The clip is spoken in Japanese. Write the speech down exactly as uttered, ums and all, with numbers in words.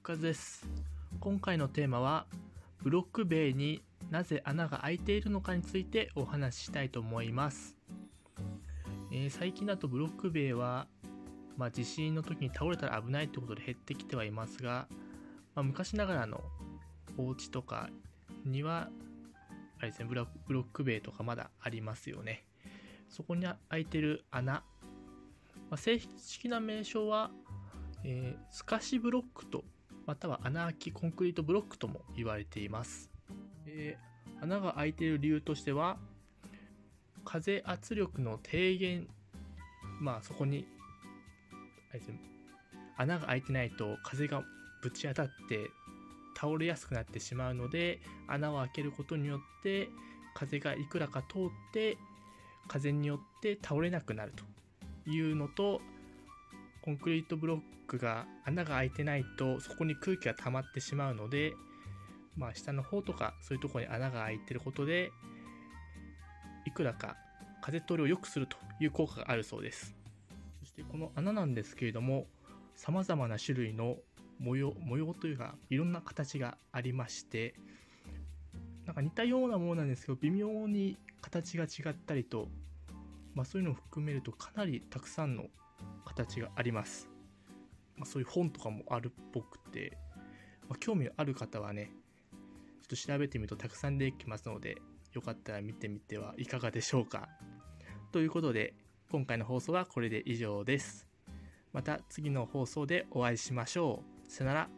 和です。今回のテーマはブロック塀になぜ穴が開いているのかについてお話ししたいと思います。えー、最近だとブロック塀は、まあ、地震の時に倒れたら危ないということで減ってきてはいますが、まあ、昔ながらのお家とかにはあれですね、ブロック塀とかまだありますよね。そこに開いてる穴、まあ、正式な名称は、えー、透かしブロックとまたは穴開きコンクリートブロックとも言われています。えー、穴が開いている理由としては、風圧力の低減、まあそこにあれですね、穴が開いてないと風がぶち当たって倒れやすくなってしまうので、穴を開けることによって風がいくらか通って風によって倒れなくなるというのと、コンクリートブロックが穴が開いてないとそこに空気が溜まってしまうので、まあ下の方とかそういうところに穴が開いてることでいくらか風通りを良くするという効果があるそうです。そしてこの穴なんですけれども、様々な種類の模様模様というかいろんな形がありまして、なんか似たようなものなんですけど微妙に形が違ったりと、まあ、そういうのを含めるとかなりたくさんの形があります。まあ、そういう本とかもあるっぽくて、まあ、興味ある方はねちょっと調べてみるとたくさん出てきますので、よかったら見てみてはいかがでしょうか。ということで今回の放送はこれで以上です。また次の放送でお会いしましょう。さよなら。